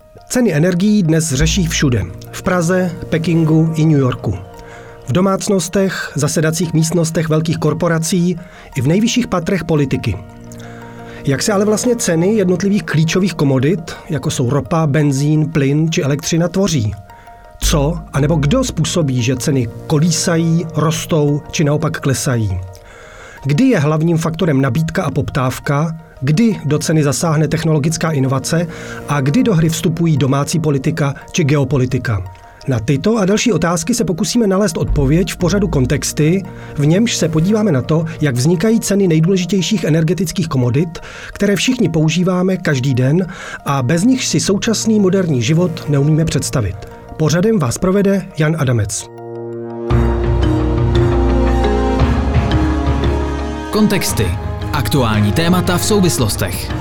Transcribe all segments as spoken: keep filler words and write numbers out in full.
Ceny energií dnes řeší všude. V Praze, Pekingu i New Yorku. V domácnostech, zasedacích místnostech velkých korporací i v nejvyšších patrech politiky. Jak se ale vlastně ceny jednotlivých klíčových komodit, jako jsou ropa, benzín, plyn či elektřina, tvoří? Co anebo kdo způsobí, že ceny kolísají, rostou či naopak klesají? Kdy je hlavním faktorem nabídka a poptávka? Kdy do ceny zasáhne technologická inovace a kdy do hry vstupují domácí politika či geopolitika? Na tyto a další otázky se pokusíme nalézt odpověď v pořadu Kontexty, v němž se podíváme na to, jak vznikají ceny nejdůležitějších energetických komodit, které všichni používáme každý den a bez nich si současný moderní život neumíme představit. Pořadem vás provede Jan Adamec. Kontexty. Aktuální témata v souvislostech.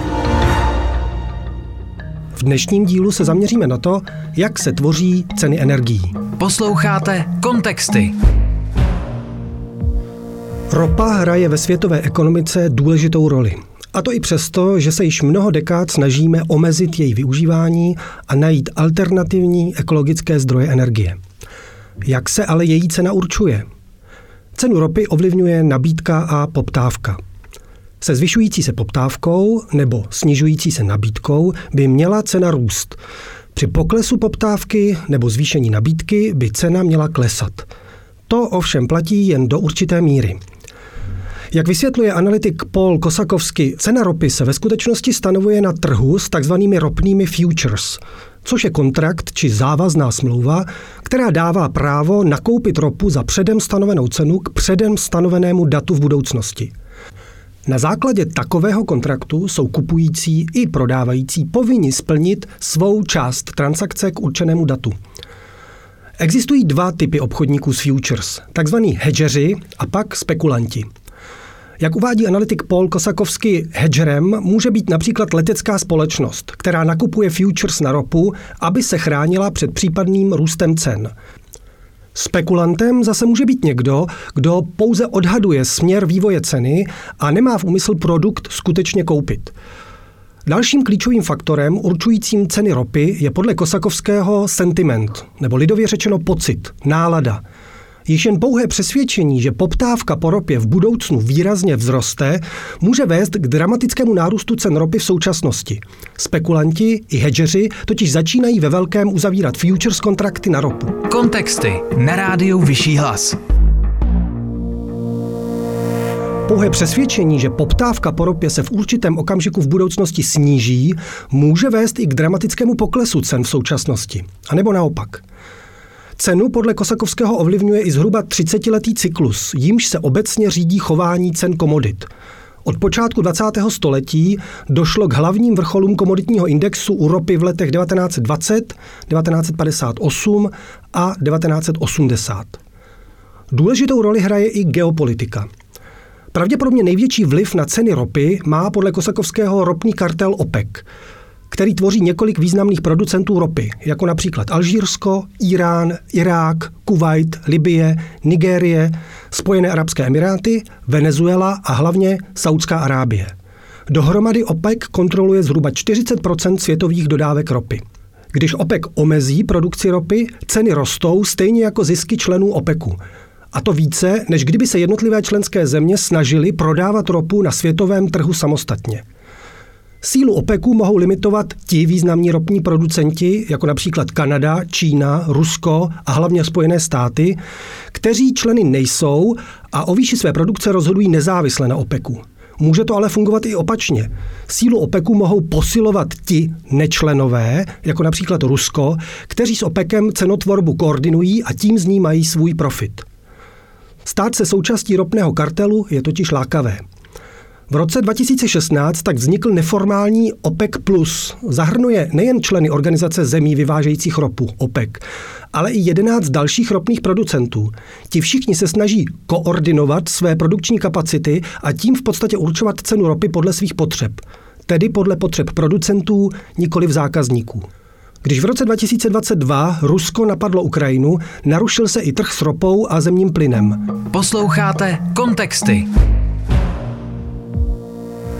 V dnešním dílu se zaměříme na to, jak se tvoří ceny energií. Posloucháte Kontexty. Ropa hraje ve světové ekonomice důležitou roli. A to i přesto, že se již mnoho dekád snažíme omezit její využívání a najít alternativní ekologické zdroje energie. Jak se ale její cena určuje? Cenu ropy ovlivňuje nabídka a poptávka. Se zvyšující se poptávkou nebo snižující se nabídkou by měla cena růst. Při poklesu poptávky nebo zvýšení nabídky by cena měla klesat. To ovšem platí jen do určité míry. Jak vysvětluje analytik Paul Kosakovsky, cena ropy se ve skutečnosti stanovuje na trhu s takzvanými ropnými futures, což je kontrakt či závazná smlouva, která dává právo nakoupit ropu za předem stanovenou cenu k předem stanovenému datu v budoucnosti. Na základě takového kontraktu jsou kupující i prodávající povinni splnit svou část transakce k určenému datu. Existují dva typy obchodníků s futures, takzvaní hedgeři a pak spekulanti. Jak uvádí analytik Paul Kosakovsky, hedgerem může být například letecká společnost, která nakupuje futures na ropu, aby se chránila před případným růstem cen. Spekulantem zase může být někdo, kdo pouze odhaduje směr vývoje ceny a nemá v úmysl produkt skutečně koupit. Dalším klíčovým faktorem určujícím ceny ropy je podle Kosakovského sentiment, nebo lidově řečeno pocit, nálada. Již jen pouhé přesvědčení, že poptávka po ropě v budoucnu výrazně vzroste, může vést k dramatickému nárůstu cen ropy v současnosti. Spekulanti i hedgeři totiž začínají ve velkém uzavírat futures kontrakty na ropu. Kontexty na rádiu Vyšší hlas. Pouhé přesvědčení, že poptávka po ropě se v určitém okamžiku v budoucnosti sníží, může vést i k dramatickému poklesu cen v současnosti. A nebo naopak. Cenu podle Kosakovského ovlivňuje i zhruba třicetiletý cyklus, jímž se obecně řídí chování cen komodit. Od počátku dvacátého století došlo k hlavním vrcholům komoditního indexu u ropy v letech devatenáct set dvacet, devatenáct set padesát osm a devatenáct set osmdesát. Důležitou roli hraje i geopolitika. Pravděpodobně největší vliv na ceny ropy má podle Kosakovského ropný kartel OPEC, který tvoří několik významných producentů ropy, jako například Alžírsko, Irán, Irák, Kuvajt, Libye, Nigérie, Spojené arabské emiráty, Venezuela a hlavně Saudská Arábie. Dohromady OPEC kontroluje zhruba čtyřicet procent světových dodávek ropy. Když OPEC omezí produkci ropy, ceny rostou stejně jako zisky členů OPECu. A to více, než kdyby se jednotlivé členské země snažily prodávat ropu na světovém trhu samostatně. Sílu OPECu mohou limitovat ti významní ropní producenti, jako například Kanada, Čína, Rusko a hlavně Spojené státy, kteří členy nejsou a o výši své produkce rozhodují nezávisle na OPECu. Může to ale fungovat i opačně. Sílu OPECu mohou posilovat ti nečlenové, jako například Rusko, kteří s OPECem cenotvorbu koordinují a tím z ní mají svůj profit. Stát se součástí ropného kartelu je totiž lákavé. V roce dva tisíce šestnáct tak vznikl neformální OPEC plus. Zahrnuje nejen členy organizace zemí vyvážejících ropu OPEC, ale i jedenáct dalších ropných producentů. Ti všichni se snaží koordinovat své produkční kapacity a tím v podstatě určovat cenu ropy podle svých potřeb. Tedy podle potřeb producentů, nikoliv zákazníků. Když v roce dva tisíce dvacet dva Rusko napadlo Ukrajinu, narušil se i trh s ropou a zemním plynem. Posloucháte Kontexty.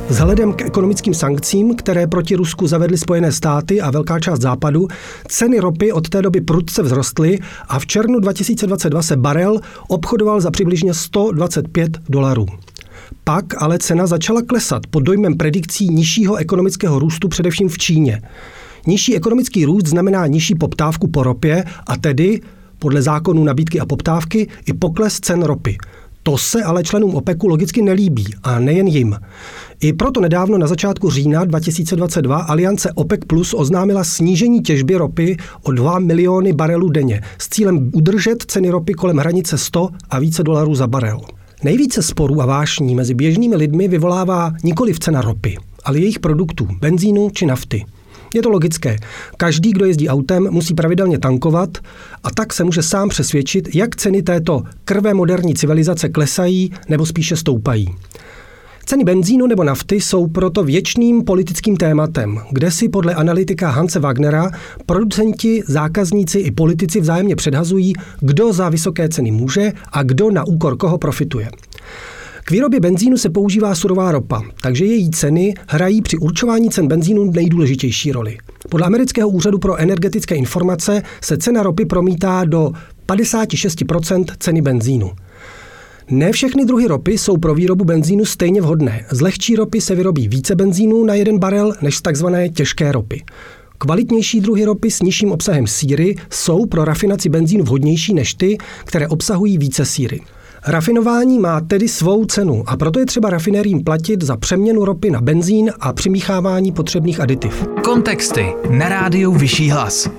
Vzhledem k ekonomickým sankcím, které proti Rusku zavedly Spojené státy a velká část západu, ceny ropy od té doby prudce vzrostly a v červnu dva tisíce dvacet dva se barel obchodoval za přibližně sto dvacet pět dolarů. Pak ale cena začala klesat pod dojmem predikcí nižšího ekonomického růstu především v Číně. Nižší ekonomický růst znamená nižší poptávku po ropě a tedy, podle zákonů nabídky a poptávky, i pokles cen ropy. To se ale členům OPECu logicky nelíbí a nejen jim. I proto nedávno na začátku října dva tisíce dvacet dva aliance OPEC Plus oznámila snížení těžby ropy o dva miliony barelů denně s cílem udržet ceny ropy kolem hranice sto a více dolarů za barel. Nejvíce sporů a vášní mezi běžnými lidmi vyvolává nikoliv cena ropy, ale jejich produktů, benzínu či nafty. Je to logické. Každý, kdo jezdí autem, musí pravidelně tankovat a tak se může sám přesvědčit, jak ceny této krve moderní civilizace klesají nebo spíše stoupají. Ceny benzínu nebo nafty jsou proto věčným politickým tématem, kde si podle analytika Hanse Wagnera producenti, zákazníci i politici vzájemně předhazují, kdo za vysoké ceny může a kdo na úkor koho profituje. K výrobě benzínu se používá surová ropa, takže její ceny hrají při určování cen benzínu nejdůležitější roli. Podle amerického úřadu pro energetické informace se cena ropy promítá do padesát šest procent ceny benzínu. Ne všechny druhy ropy jsou pro výrobu benzínu stejně vhodné. Z lehčí ropy se vyrobí více benzínu na jeden barel než z takzvané těžké ropy. Kvalitnější druhy ropy s nižším obsahem síry jsou pro rafinaci benzínu vhodnější než ty, které obsahují více síry. Rafinování má tedy svou cenu a proto je třeba rafinériím platit za přeměnu ropy na benzín a přimíchávání potřebných aditiv. Kontexty na rádiu Vyšší hlas.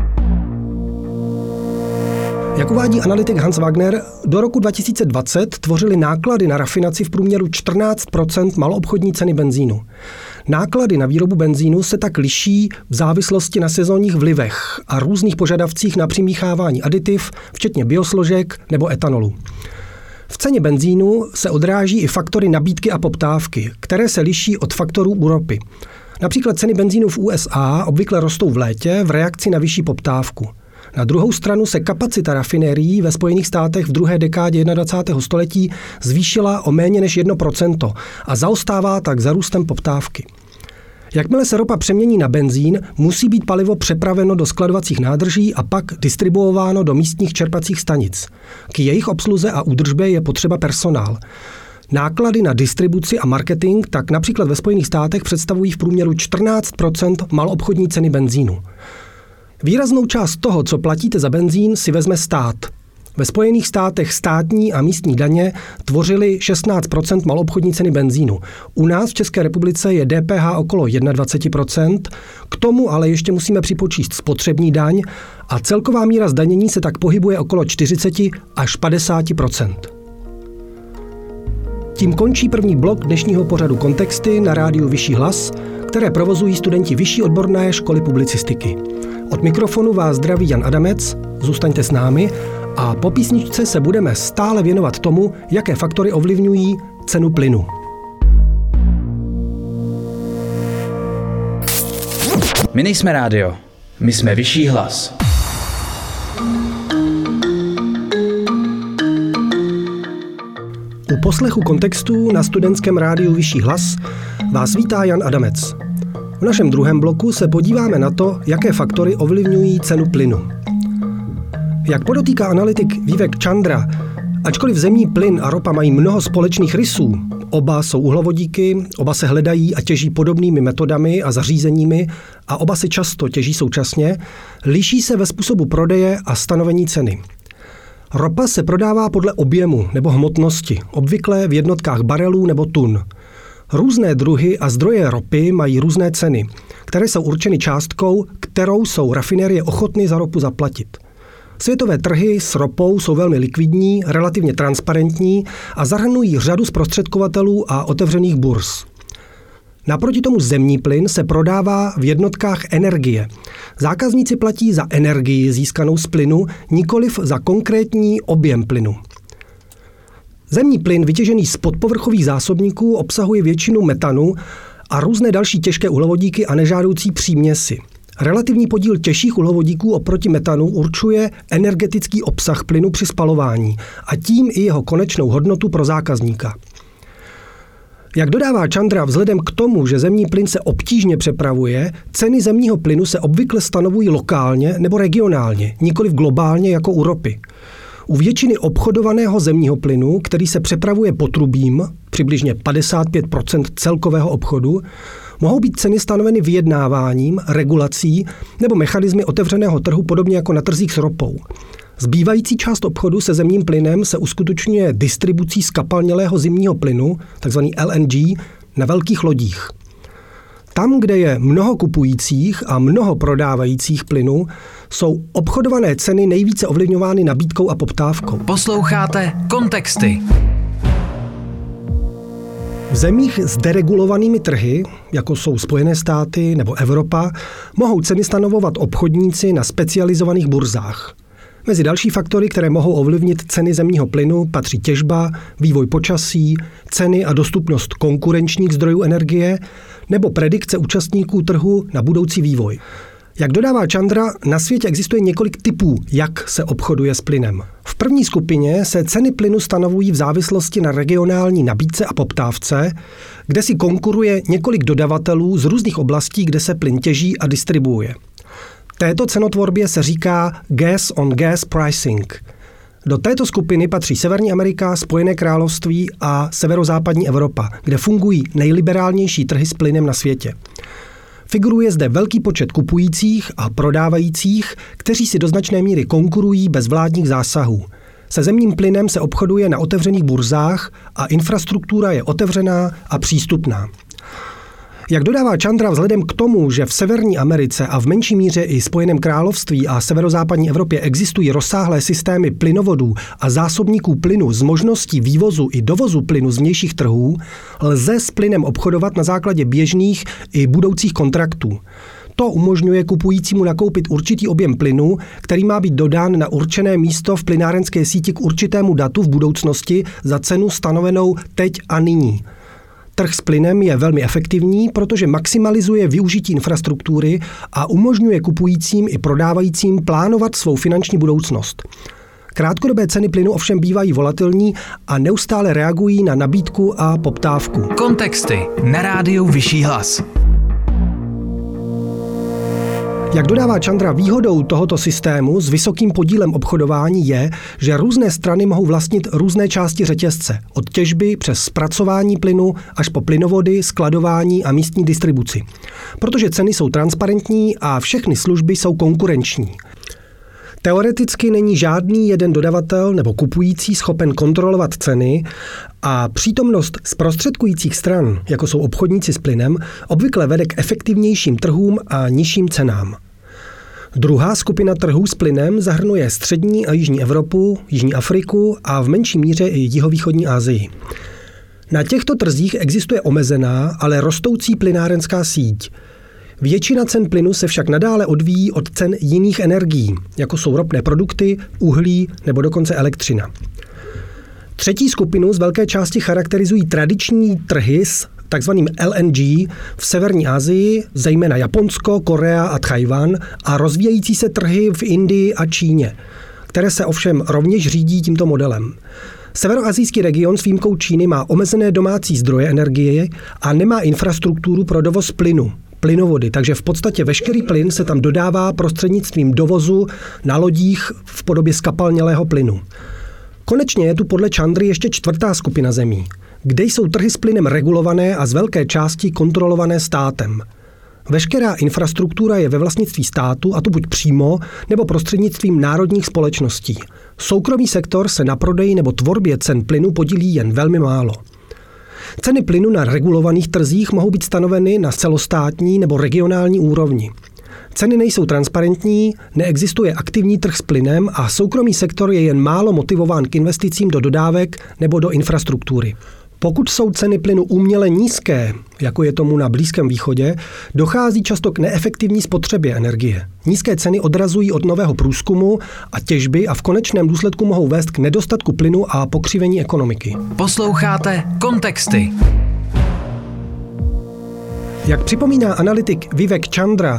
Jak uvádí analytik Hans Wagner, do roku dva tisíce dvacet tvořily náklady na rafinaci v průměru čtrnáct procent maloobchodní ceny benzínu. Náklady na výrobu benzínu se tak liší v závislosti na sezónních vlivech a různých požadavcích na přimíchávání aditiv, včetně biosložek nebo etanolu. V ceně benzínu se odráží i faktory nabídky a poptávky, které se liší od faktorů u ropy. Například ceny benzínu v U S A obvykle rostou v létě v reakci na vyšší poptávku. Na druhou stranu se kapacita rafinérií ve Spojených státech v druhé dekádě dvacátého prvního století zvýšila o méně než jedno procento a zaostává tak za růstem poptávky. Jakmile se ropa přemění na benzín, musí být palivo přepraveno do skladovacích nádrží a pak distribuováno do místních čerpacích stanic. K jejich obsluze a údržbě je potřeba personál. Náklady na distribuci a marketing tak například ve Spojených státech představují v průměru čtrnáct procent maloobchodní ceny benzínu. Výraznou část toho, co platíte za benzín, si vezme stát. Ve Spojených státech státní a místní daně tvořily šestnáct procent maloobchodní ceny benzínu. U nás v České republice je D P H okolo dvacet jedna procent, k tomu ale ještě musíme připočíst spotřební daň a celková míra zdanění se tak pohybuje okolo čtyřicet až padesát procent. Tím končí první blok dnešního pořadu Kontexty na rádiu Vyšší hlas, které provozují studenti Vyšší odborné školy publicistiky. Od mikrofonu vás zdraví Jan Adamec, zůstaňte s námi a po písničce se budeme stále věnovat tomu, jaké faktory ovlivňují cenu plynu. My nejsme rádio, my jsme Vyšší hlas. U poslechu Kontextů na studentském rádiu Vyšší hlas vás vítá Jan Adamec. V našem druhém bloku se podíváme na to, jaké faktory ovlivňují cenu plynu. Jak podotýká analytik Vivek Chandra, ačkoliv zemní plyn a ropa mají mnoho společných rysů, oba jsou uhlovodíky, oba se hledají a těží podobnými metodami a zařízeními a oba se často těží současně, liší se ve způsobu prodeje a stanovení ceny. Ropa se prodává podle objemu nebo hmotnosti, obvykle v jednotkách barelů nebo tun. Různé druhy a zdroje ropy mají různé ceny, které jsou určeny částkou, kterou jsou rafinérie ochotny za ropu zaplatit. Světové trhy s ropou jsou velmi likvidní, relativně transparentní a zahrnují řadu zprostředkovatelů a otevřených burz. Naproti tomu zemní plyn se prodává v jednotkách energie. Zákazníci platí za energii získanou z plynu, nikoliv za konkrétní objem plynu. Zemní plyn vytěžený z podpovrchových zásobníků obsahuje většinu metanu a různé další těžké uhlovodíky a nežádoucí příměsi. Relativní podíl těžších uhlovodíků oproti metanu určuje energetický obsah plynu při spalování a tím i jeho konečnou hodnotu pro zákazníka. Jak dodává Chandra, vzhledem k tomu, že zemní plyn se obtížně přepravuje, ceny zemního plynu se obvykle stanovují lokálně nebo regionálně, nikoliv globálně jako u ropy. U většiny obchodovaného zemního plynu, který se přepravuje potrubím, přibližně padesát pět procent celkového obchodu, mohou být ceny stanoveny vyjednáváním, regulací nebo mechanismy otevřeného trhu, podobně jako na trzích s ropou. Zbývající část obchodu se zemním plynem se uskutečňuje distribucí zkapalnělého zimního plynu, takzvaný L N G, na velkých lodích. Tam, kde je mnoho kupujících a mnoho prodávajících plynu, jsou obchodované ceny nejvíce ovlivňovány nabídkou a poptávkou. Posloucháte Kontexty. V zemích s deregulovanými trhy, jako jsou Spojené státy nebo Evropa, mohou ceny stanovovat obchodníci na specializovaných burzách. Mezi další faktory, které mohou ovlivnit ceny zemního plynu, patří těžba, vývoj počasí, ceny a dostupnost konkurenčních zdrojů energie nebo predikce účastníků trhu na budoucí vývoj. Jak dodává Chandra, na světě existuje několik typů, jak se obchoduje s plynem. V první skupině se ceny plynu stanovují v závislosti na regionální nabídce a poptávce, kde si konkuruje několik dodavatelů z různých oblastí, kde se plyn těží a distribuuje. Této cenotvorbě se říká gas on gas pricing. Do této skupiny patří Severní Amerika, Spojené království a severozápadní Evropa, kde fungují nejliberálnější trhy s plynem na světě. Figuruje zde velký počet kupujících a prodávajících, kteří si do značné míry konkurují bez vládních zásahů. Se zemním plynem se obchoduje na otevřených burzách a infrastruktura je otevřená a přístupná. Jak dodává Chandra, vzhledem k tomu, že v Severní Americe a v menší míře i Spojeném království a severozápadní Evropě existují rozsáhlé systémy plynovodů a zásobníků plynu s možností vývozu i dovozu plynu z vnějších trhů, lze s plynem obchodovat na základě běžných i budoucích kontraktů. To umožňuje kupujícímu nakoupit určitý objem plynu, který má být dodán na určené místo v plynárenské síti k určitému datu v budoucnosti za cenu stanovenou teď a nyní. Trh s plynem je velmi efektivní, protože maximalizuje využití infrastruktury a umožňuje kupujícím i prodávajícím plánovat svou finanční budoucnost. Krátkodobé ceny plynu ovšem bývají volatilní a neustále reagují na nabídku a poptávku. Kontexty na rádiu Vyšší hlas. Jak dodává Chandra, výhodou tohoto systému s vysokým podílem obchodování je, že různé strany mohou vlastnit různé části řetězce, od těžby přes zpracování plynu až po plynovody, skladování a místní distribuci. Protože ceny jsou transparentní a všechny služby jsou konkurenční. Teoreticky není žádný jeden dodavatel nebo kupující schopen kontrolovat ceny a přítomnost zprostředkujících stran, jako jsou obchodníci s plynem, obvykle vede k efektivnějším trhům a nižším cenám. Druhá skupina trhů s plynem zahrnuje střední a jižní Evropu, jižní Afriku a v menší míře i jihovýchodní Asii. Na těchto trzích existuje omezená, ale rostoucí plynárenská síť. Většina cen plynu se však nadále odvíjí od cen jiných energií, jako jsou ropné produkty, uhlí nebo dokonce elektřina. Třetí skupinu z velké části charakterizují tradiční trhy s takzvaným L N G v severní Asii, zejména Japonsko, Korea a Tchajwan, a rozvíjející se trhy v Indii a Číně, které se ovšem rovněž řídí tímto modelem. Severoasijský region s výjimkou Číny má omezené domácí zdroje energie a nemá infrastrukturu pro dovoz plynu, plynovody, takže v podstatě veškerý plyn se tam dodává prostřednictvím dovozu na lodích v podobě zkapalnělého plynu. Konečně je tu podle Chandry ještě čtvrtá skupina zemí, kde jsou trhy s plynem regulované a z velké části kontrolované státem. Veškerá infrastruktura je ve vlastnictví státu, a to buď přímo, nebo prostřednictvím národních společností. Soukromý sektor se na prodeji nebo tvorbě cen plynu podílí jen velmi málo. Ceny plynu na regulovaných trzích mohou být stanoveny na celostátní nebo regionální úrovni. Ceny nejsou transparentní, neexistuje aktivní trh s plynem a soukromý sektor je jen málo motivován k investicím do dodávek nebo do infrastruktury. Pokud jsou ceny plynu uměle nízké, jako je tomu na Blízkém východě, dochází často k neefektivní spotřebě energie. Nízké ceny odrazují od nového průzkumu a těžby a v konečném důsledku mohou vést k nedostatku plynu a pokřivení ekonomiky. Posloucháte Kontexty. Jak připomíná analytik Vivek Chandra,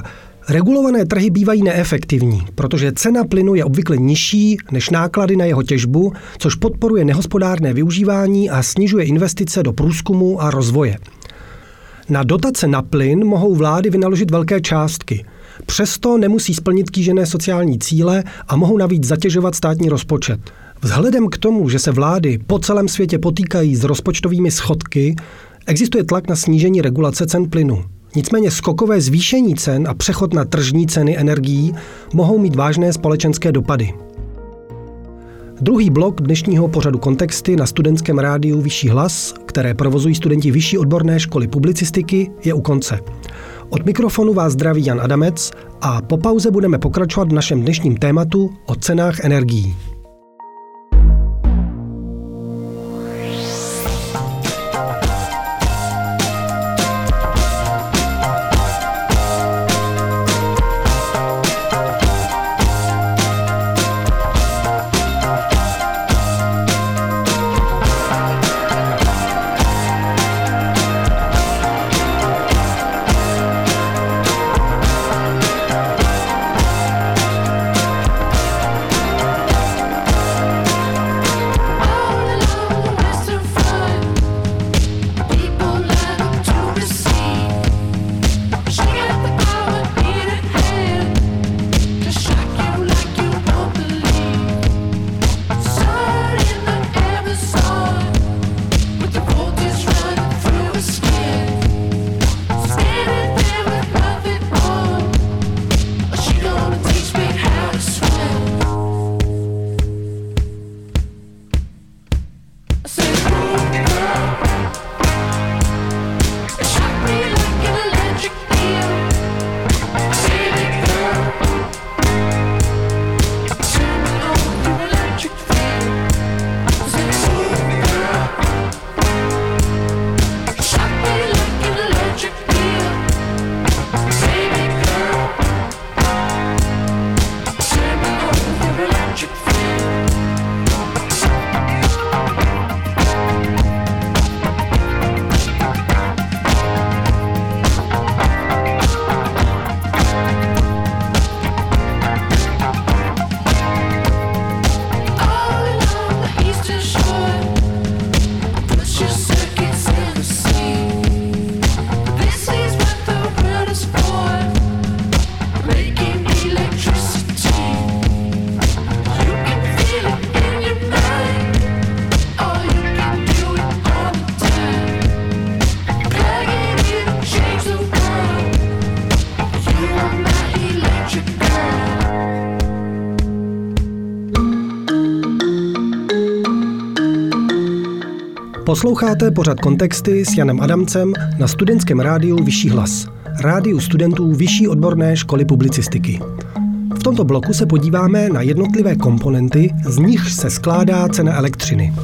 Regulované trhy bývají neefektivní, protože cena plynu je obvykle nižší než náklady na jeho těžbu, což podporuje nehospodárné využívání a snižuje investice do průzkumu a rozvoje. Na dotace na plyn mohou vlády vynaložit velké částky. Přesto nemusí splnit kýžené sociální cíle a mohou navíc zatěžovat státní rozpočet. Vzhledem k tomu, že se vlády po celém světě potýkají s rozpočtovými schodky, existuje tlak na snížení regulace cen plynu. Nicméně skokové zvýšení cen a přechod na tržní ceny energií mohou mít vážné společenské dopady. Druhý blok dnešního pořadu Kontexty na studentském rádiu Vyšší hlas, které provozují studenti Vyšší odborné školy publicistiky, je u konce. Od mikrofonu vás zdraví Jan Adamec a po pauze budeme pokračovat v našem dnešním tématu o cenách energií. Posloucháte pořad Kontexty s Janem Adamcem na studentském rádiu Vyšší hlas, rádiu studentů Vyšší odborné školy publicistiky. V tomto bloku se podíváme na jednotlivé komponenty, z nichž se skládá cena elektřiny.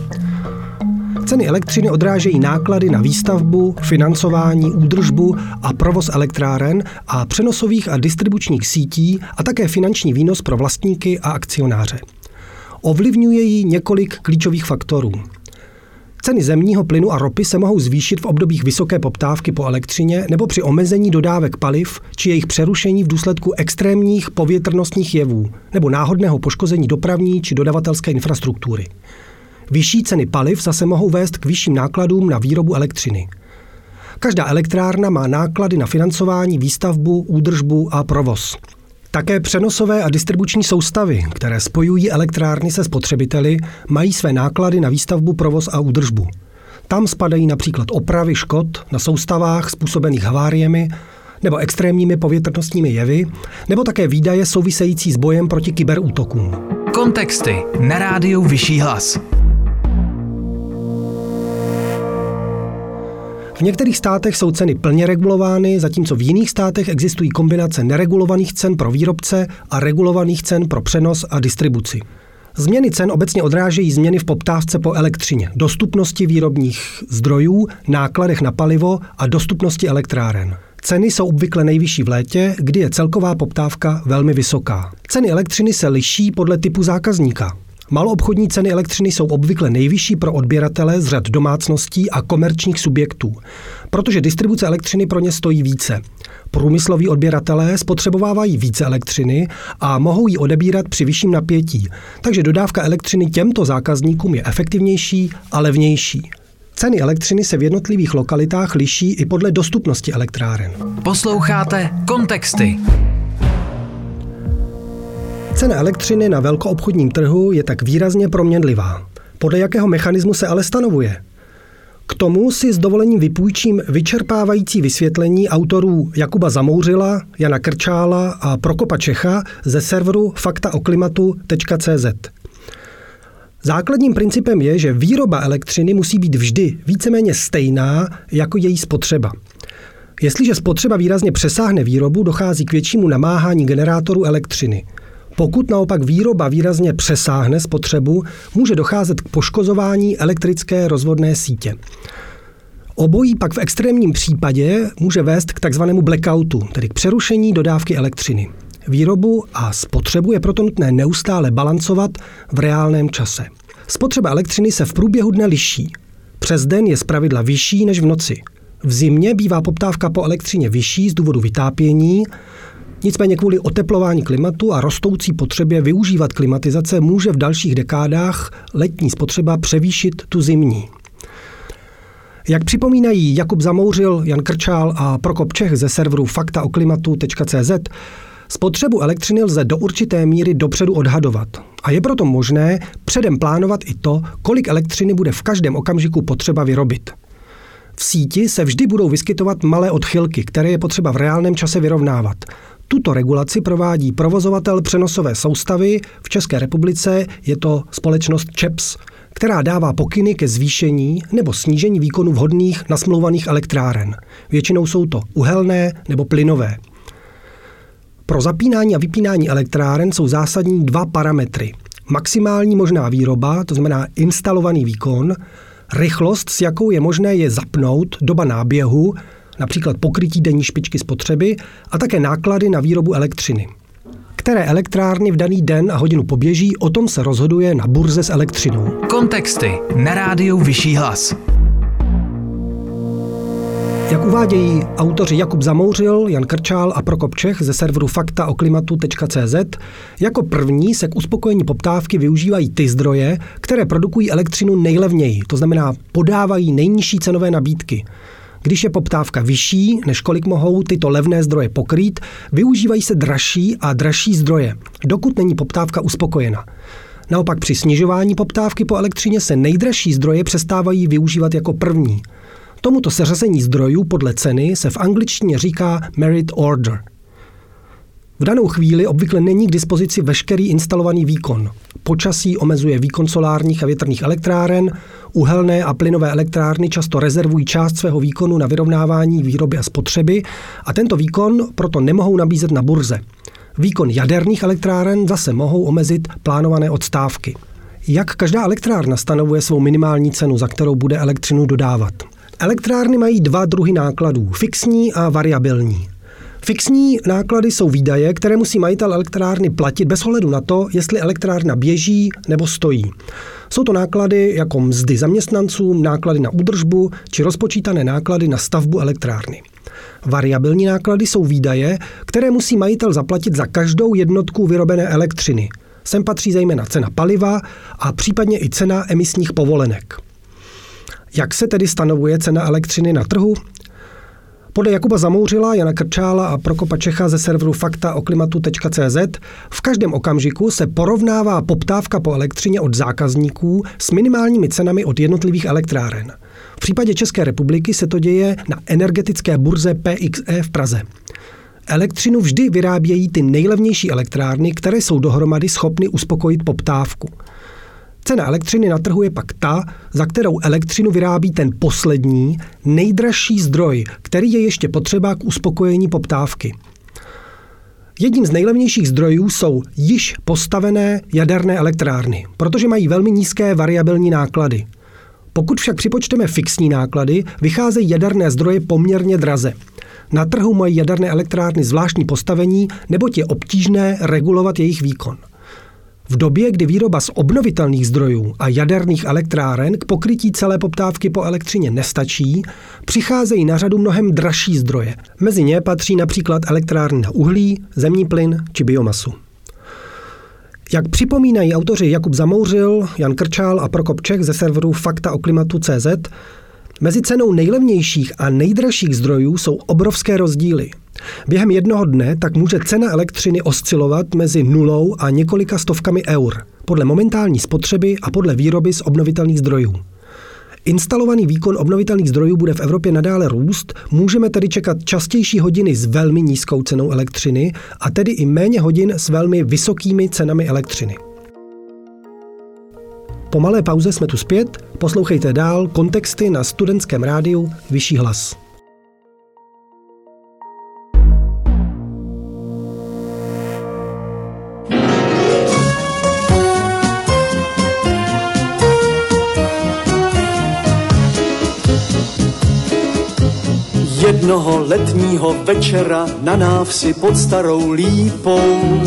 Ceny elektřiny odrážejí náklady na výstavbu, financování, údržbu a provoz elektráren a přenosových a distribučních sítí a také finanční výnos pro vlastníky a akcionáře. Ovlivňuje ji několik klíčových faktorů. Ceny zemního plynu a ropy se mohou zvýšit v obdobích vysoké poptávky po elektřině nebo při omezení dodávek paliv či jejich přerušení v důsledku extrémních povětrnostních jevů nebo náhodného poškození dopravní či dodavatelské infrastruktury. Vyšší ceny paliv zase mohou vést k vyšším nákladům na výrobu elektřiny. Každá elektrárna má náklady na financování, výstavbu, údržbu a provoz. Také přenosové a distribuční soustavy, které spojují elektrárny se spotřebiteli, mají své náklady na výstavbu, provoz a údržbu. Tam spadají například opravy škod na soustavách způsobených haváriemi nebo extrémními povětrnostními jevy, nebo také výdaje související s bojem proti kyberútokům. Kontexty na rádiu Vyšší hlas. V některých státech jsou ceny plně regulovány, zatímco v jiných státech existují kombinace neregulovaných cen pro výrobce a regulovaných cen pro přenos a distribuci. Změny cen obecně odrážejí změny v poptávce po elektřině, dostupnosti výrobních zdrojů, nákladech na palivo a dostupnosti elektráren. Ceny jsou obvykle nejvyšší v létě, kdy je celková poptávka velmi vysoká. Ceny elektřiny se liší podle typu zákazníka. Maloobchodní ceny elektřiny jsou obvykle nejvyšší pro odběratele z řad domácností a komerčních subjektů, protože distribuce elektřiny pro ně stojí více. Průmysloví odběratelé spotřebovávají více elektřiny a mohou ji odebírat při vyšším napětí, takže dodávka elektřiny těmto zákazníkům je efektivnější a levnější. Ceny elektřiny se v jednotlivých lokalitách liší i podle dostupnosti elektráren. Posloucháte Kontexty. Cena elektřiny na velkoobchodním trhu je tak výrazně proměnlivá. Podle jakého mechanismu se ale stanovuje? K tomu si s dovolením vypůjčím vyčerpávající vysvětlení autorů Jakuba Zamouřila, Jana Krčála a Prokopa Čecha ze serveru fakta o klimatu tečka cé zet. Základním principem je, že výroba elektřiny musí být vždy víceméně stejná jako její spotřeba. Jestliže spotřeba výrazně přesáhne výrobu, dochází k většímu namáhání generátorů elektřiny. Pokud naopak výroba výrazně přesáhne spotřebu, může docházet k poškozování elektrické rozvodné sítě. Obojí pak v extrémním případě může vést k takzvanému blackoutu, tedy k přerušení dodávky elektřiny. Výrobu a spotřebu je proto nutné neustále balancovat v reálném čase. Spotřeba elektřiny se v průběhu dne liší. Přes den je zpravidla vyšší než v noci. V zimě bývá poptávka po elektřině vyšší z důvodu vytápění, nicméně kvůli oteplování klimatu a rostoucí potřebě využívat klimatizace může v dalších dekádách letní spotřeba převýšit tu zimní. Jak připomínají Jakub Zamouřil, Jan Krčál a Prokop Čech ze serveru fakta o klimatu tečka cé zet, spotřebu elektřiny lze do určité míry dopředu odhadovat a je proto možné předem plánovat i to, kolik elektřiny bude v každém okamžiku potřeba vyrobit. V síti se vždy budou vyskytovat malé odchylky, které je potřeba v reálném čase vyrovnávat. Tuto regulaci provádí provozovatel přenosové soustavy, v České republice je to společnost ČEPS, která dává pokyny ke zvýšení nebo snížení výkonu vhodných nasmlouvaných elektráren. Většinou jsou to uhelné nebo plynové. Pro zapínání a vypínání elektráren jsou zásadní dva parametry. Maximální možná výroba, to znamená instalovaný výkon, rychlost, s jakou je možné je zapnout, doba náběhu, například pokrytí denní špičky spotřeby a také náklady na výrobu elektřiny. Které elektrárny v daný den a hodinu poběží, o tom se rozhoduje na burze s elektřinou. Kontexty na rádiu Vyšší hlas. Jak uvádějí autoři Jakub Zamouřil, Jan Krčál a Prokop Čech ze serveru fakta o klimatu tečka cé zet, jako první se k uspokojení poptávky využívají ty zdroje, které produkují elektřinu nejlevněji, to znamená podávají nejnižší cenové nabídky. Když je poptávka vyšší, než kolik mohou tyto levné zdroje pokrýt, využívají se dražší a dražší zdroje, dokud není poptávka uspokojena. Naopak při snižování poptávky po elektřině se nejdražší zdroje přestávají využívat jako první. Tomuto seřazení zdrojů podle ceny se v angličtině říká merit order. V danou chvíli obvykle není k dispozici veškerý instalovaný výkon. Počasí omezuje výkon solárních a větrných elektráren, uhelné a plynové elektrárny často rezervují část svého výkonu na vyrovnávání výroby a spotřeby a tento výkon proto nemohou nabízet na burze. Výkon jaderných elektráren zase mohou omezit plánované odstávky. Jak každá elektrárna stanovuje svou minimální cenu, za kterou bude elektřinu dodávat? Elektrárny mají dva druhy nákladů, fixní a variabilní. Fixní náklady jsou výdaje, které musí majitel elektrárny platit bez ohledu na to, jestli elektrárna běží nebo stojí. Jsou to náklady jako mzdy zaměstnancům, náklady na údržbu či rozpočítané náklady na stavbu elektrárny. Variabilní náklady jsou výdaje, které musí majitel zaplatit za každou jednotku vyrobené elektřiny. Sem patří zejména cena paliva a případně i cena emisních povolenek. Jak se tedy stanovuje cena elektřiny na trhu? Podle Jakuba Zamouřila, Jana Krčála a Prokopa Čecha ze serveru fakta o klimatu tečka cé zet v každém okamžiku se porovnává poptávka po elektřině od zákazníků s minimálními cenami od jednotlivých elektráren. V případě České republiky se to děje na energetické burze P X E v Praze. Elektřinu vždy vyrábějí ty nejlevnější elektrárny, které jsou dohromady schopny uspokojit poptávku. Cena elektřiny na trhu je pak ta, za kterou elektřinu vyrábí ten poslední, nejdražší zdroj, který je ještě potřeba k uspokojení poptávky. Jedním z nejlevnějších zdrojů jsou již postavené jaderné elektrárny, protože mají velmi nízké variabilní náklady. Pokud však připočteme fixní náklady, vycházejí jaderné zdroje poměrně draze. Na trhu mají jaderné elektrárny zvláštní postavení, neboť je obtížné regulovat jejich výkon. V době, kdy výroba z obnovitelných zdrojů a jaderných elektráren k pokrytí celé poptávky po elektřině nestačí, přicházejí na řadu mnohem dražší zdroje. Mezi ně patří například elektrárny na uhlí, zemní plyn či biomasu. Jak připomínají autoři Jakub Zamouřil, Jan Krčál a Prokop Čech ze serveru Fakta o klimatu tečka cé zet, mezi cenou nejlevnějších a nejdražších zdrojů jsou obrovské rozdíly. Během jednoho dne tak může cena elektřiny oscilovat mezi nulou a několika stovkami eur, podle momentální spotřeby a podle výroby z obnovitelných zdrojů. Instalovaný výkon obnovitelných zdrojů bude v Evropě nadále růst, můžeme tedy čekat častější hodiny s velmi nízkou cenou elektřiny a tedy i méně hodin s velmi vysokými cenami elektřiny. Po malé pauze jsme tu zpět, poslouchejte dál kontexty na studentském rádiu Vyšší hlas. Jednoho letního večera na návsi pod Starou Lípou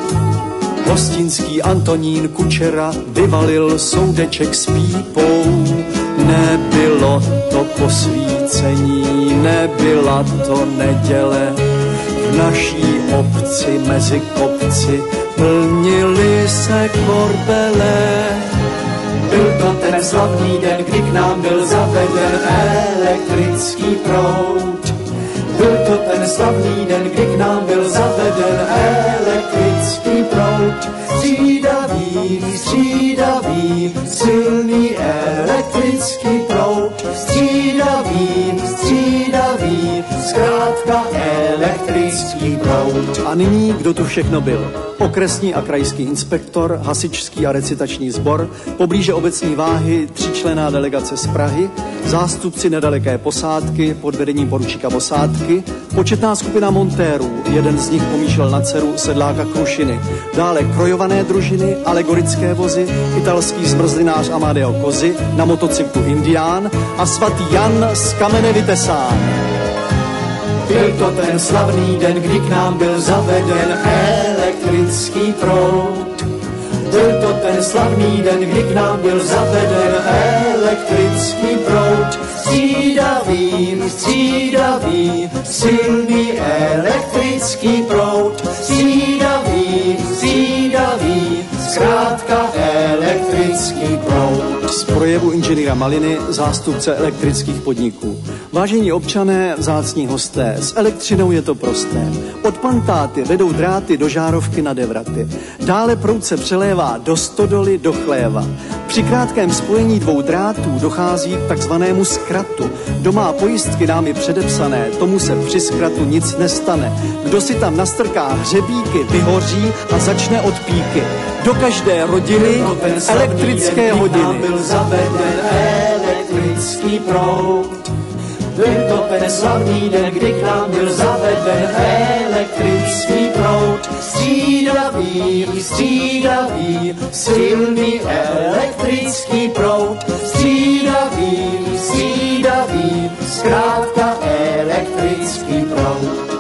hostinský Antonín Kučera vyvalil soudeček s pípou. Nebylo to posvícení, nebyla to neděle. V naší obci mezi kopci plnili se korbele. Byl to ten slavný den, kdy k nám byl zaveden elektrický proud. Byl to ten slavný den, kdy k nám byl zaveden elektrický proud. Střídavý, střídavý, silný elektrický proud. Střídavý, střídavý, zkrátka elektrický proud. A nyní, kdo tu všechno byl? Okresní a krajský inspektor, hasičský a recitační sbor, poblíže obecní váhy tříčlenná delegace z Prahy, zástupci nedaleké posádky pod vedením poručíka Bosátky, početná skupina montérů, jeden z nich pomýšlel na dceru sedláka Krušiny, dále krojované družiny, alegorické vozy, italský zmrzlinář Amadeo Kozy, na motocyklu Indián a svatý Jan z kamene vytesán. Byl to ten slavný den, kdy k nám byl zaveden elektrický proud. Byl to ten slavný den, kdy k nám byl zaveden elektrický proud. Střídavý, střídavý, silný elektrický proud. Střídavý, střídavý, zkrátka elektrický proud. Z projevu inženýra Maliny, zástupce elektrických podniků. Vážení občané, vzácní hosté, s elektřinou je to prosté. Od pantáty vedou dráty do žárovky na devraty. Dále proud se přelévá do stodoly, do chléva. Při krátkém spojení dvou drátů dochází k takzvanému zkratu. Kdo má pojistky námi předepsané, tomu se při zkratu nic nestane. Kdo si tam nastrká hřebíky, vyhoří a začne od píky. Do každé rodiny elektrické hodiny. Byl zaveden elektrický proud. Byl to ten slavný den, kdy k nám byl zaveden elektrický proud. Střídavý, střídavý, silný elektrický proud. Střídavý, střídavý, zkrátka elektrický proud.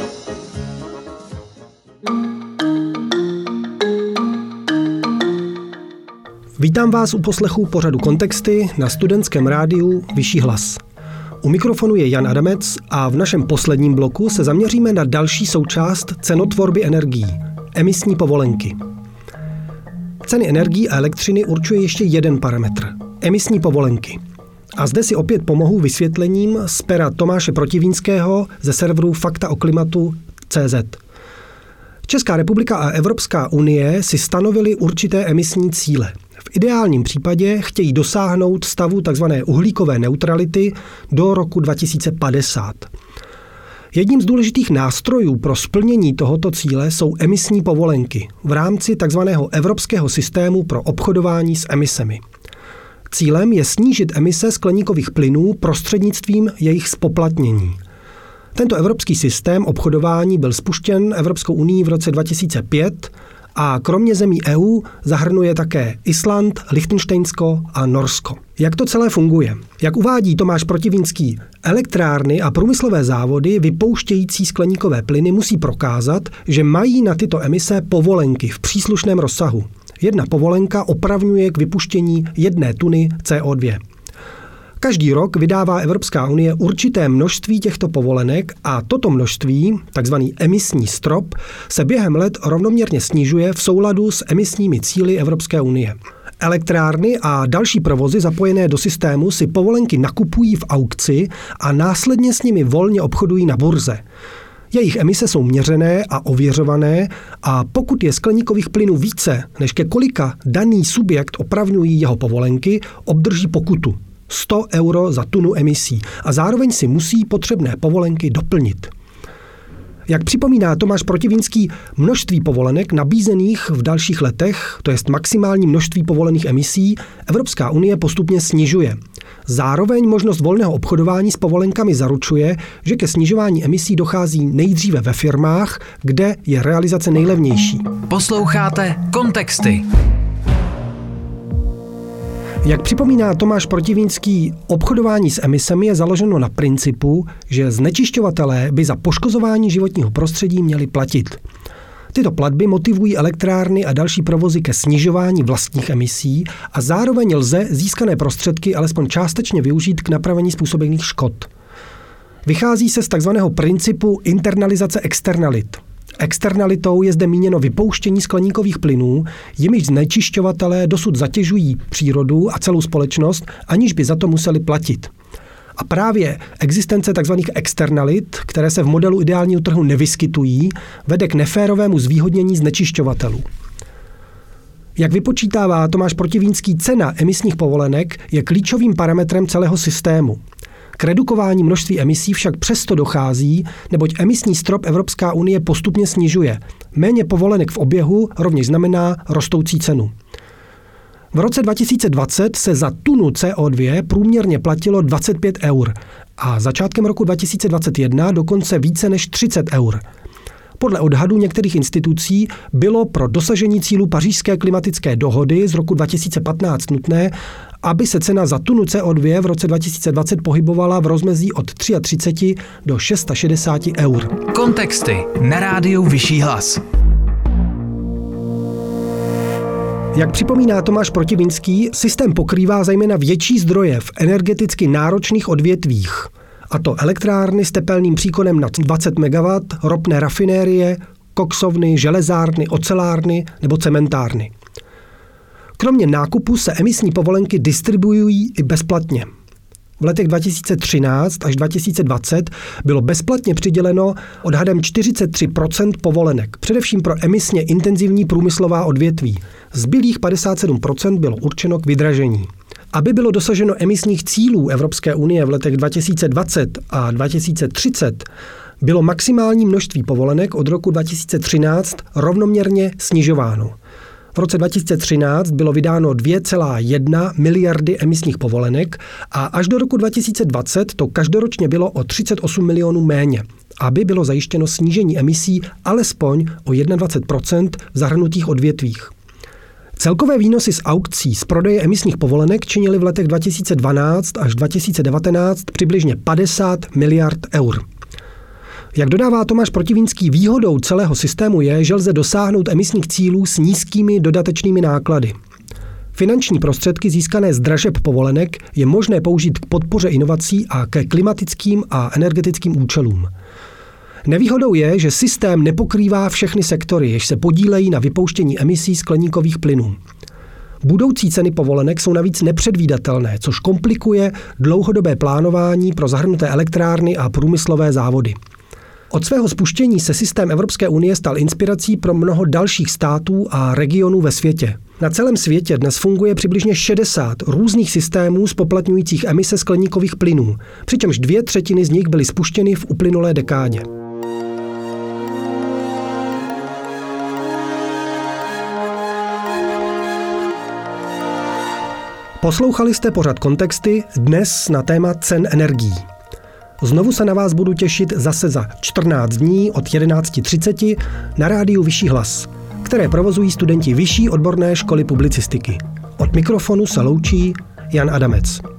Vítám vás u poslechu pořadu Kontexty na studentském rádiu Vyšší hlas. U mikrofonu je Jan Adamec a v našem posledním bloku se zaměříme na další součást cenotvorby energií – emisní povolenky. Ceny energií a elektřiny určuje ještě jeden parametr – emisní povolenky. A zde si opět pomohu vysvětlením z pera Tomáše Protivínského ze serveru Fakta o klimatu tečka cé zet. Česká republika a Evropská unie si stanovily určité emisní cíle. V ideálním případě chtějí dosáhnout stavu tzv. Uhlíkové neutrality do roku dva tisíce padesát. Jedním z důležitých nástrojů pro splnění tohoto cíle jsou emisní povolenky v rámci tzv. Evropského systému pro obchodování s emisemi. Cílem je snížit emise skleníkových plynů prostřednictvím jejich spoplatnění. Tento evropský systém obchodování byl spuštěn Evropskou unií v roce dva tisíce pět a kromě zemí E U zahrnuje také Island, Lichtenštejnsko a Norsko. Jak to celé funguje? Jak uvádí Tomáš Protivínský, elektrárny a průmyslové závody vypouštějící skleníkové plyny musí prokázat, že mají na tyto emise povolenky v příslušném rozsahu, Jedna povolenka opravňuje k vypuštění jedné tuny C O dva. Každý rok vydává Evropská unie určité množství těchto povolenek a toto množství, takzvaný emisní strop, se během let rovnoměrně snižuje v souladu s emisními cíli Evropské unie. Elektrárny a další provozy zapojené do systému si povolenky nakupují v aukci a následně s nimi volně obchodují na burze. Jejich emise jsou měřené a ověřované a pokud je skleníkových plynů více, než ke kolika daný subjekt opravňují jeho povolenky, obdrží pokutu sto euro za tunu emisí a zároveň si musí potřebné povolenky doplnit. Jak připomíná Tomáš Protivínský, množství povolenek nabízených v dalších letech, to jest maximální množství povolených emisí, Evropská unie postupně snižuje. Zároveň možnost volného obchodování s povolenkami zaručuje, že ke snižování emisí dochází nejdříve ve firmách, kde je realizace nejlevnější. Posloucháte Kontexty. Jak připomíná Tomáš Protivínský, obchodování s emisemi je založeno na principu, že znečišťovatelé by za poškozování životního prostředí měli platit. Tyto platby motivují elektrárny a další provozy ke snižování vlastních emisí a zároveň lze získané prostředky alespoň částečně využít k napravení způsobených škod. Vychází se z takzvaného principu internalizace externalit. Externalitou je zde míněno vypouštění skleníkových plynů, jimiž znečišťovatelé dosud zatěžují přírodu a celou společnost, aniž by za to museli platit. A právě existence tzv. Externalit, které se v modelu ideálního trhu nevyskytují, vede k neférovému zvýhodnění znečišťovatelů. Jak vypočítává Tomáš Protivínský, cena emisních povolenek je klíčovým parametrem celého systému. K redukování množství emisí však přesto dochází, neboť emisní strop Evropská unie postupně snižuje. Méně povolenek v oběhu rovněž znamená rostoucí cenu. V roce dva tisíce dvacet se za tunu C O dva průměrně platilo dvacet pět eur a začátkem roku dva tisíce dvacet jedna dokonce více než třicet eur. Podle odhadů některých institucí bylo pro dosažení cílů Pařížské klimatické dohody z roku dva tisíce patnáct nutné, aby se cena za tunu C O dva v roce dva tisíce dvacet pohybovala v rozmezí od třicet tři do šedesát šest eur. Kontexty na rádiu Vyšší hlas. Jak připomíná Tomáš Protivínský, systém pokrývá zejména větší zdroje v energeticky náročných odvětvích, a to elektrárny s tepelným příkonem na dvacet megawattů, ropné rafinérie, koksovny, železárny, ocelárny nebo cementárny. Kromě nákupu se emisní povolenky distribuují i bezplatně. V letech dva tisíce třináct až dva tisíce dvacet bylo bezplatně přiděleno odhadem čtyřicet tři procent povolenek, především pro emisně intenzivní průmyslová odvětví. Zbylých padesát sedm procent bylo určeno k vydražení. Aby bylo dosaženo emisních cílů Evropské unie v letech dva tisíce dvacet a dva tisíce třicet, bylo maximální množství povolenek od roku dva tisíce třináct rovnoměrně snižováno. V roce dva tisíce třináct bylo vydáno dvě celá jedna miliardy emisních povolenek a až do roku dva tisíce dvacet to každoročně bylo o třicet osm milionů méně, aby bylo zajištěno snížení emisí alespoň o dvacet jedna procent v zahrnutých odvětvích. Celkové výnosy z aukcí z prodeje emisních povolenek činily v letech dva tisíce dvanáct až dva tisíce devatenáct přibližně padesát miliard eur. Jak dodává Tomáš Protivínský, výhodou celého systému je, že lze dosáhnout emisních cílů s nízkými dodatečnými náklady. Finanční prostředky získané z dražeb povolenek je možné použít k podpoře inovací a ke klimatickým a energetickým účelům. Nevýhodou je, že systém nepokrývá všechny sektory, jež se podílejí na vypouštění emisí skleníkových plynů. Budoucí ceny povolenek jsou navíc nepředvídatelné, což komplikuje dlouhodobé plánování pro zahrnuté elektrárny a průmyslové závody. Od svého spuštění se systém Evropské unie stal inspirací pro mnoho dalších států a regionů ve světě. Na celém světě dnes funguje přibližně šedesát různých systémů zpoplatňujících emise skleníkových plynů, přičemž dvě třetiny z nich byly spuštěny v uplynulé dekádě. Poslouchali jste pořad Kontexty, dnes na téma cen energií. Znovu se na vás budu těšit zase za čtrnáct dní od jedenáct třicet na rádiu Vyšší hlas, které provozují studenti Vyšší odborné školy publicistiky. Od mikrofonu se loučí Jan Adamec.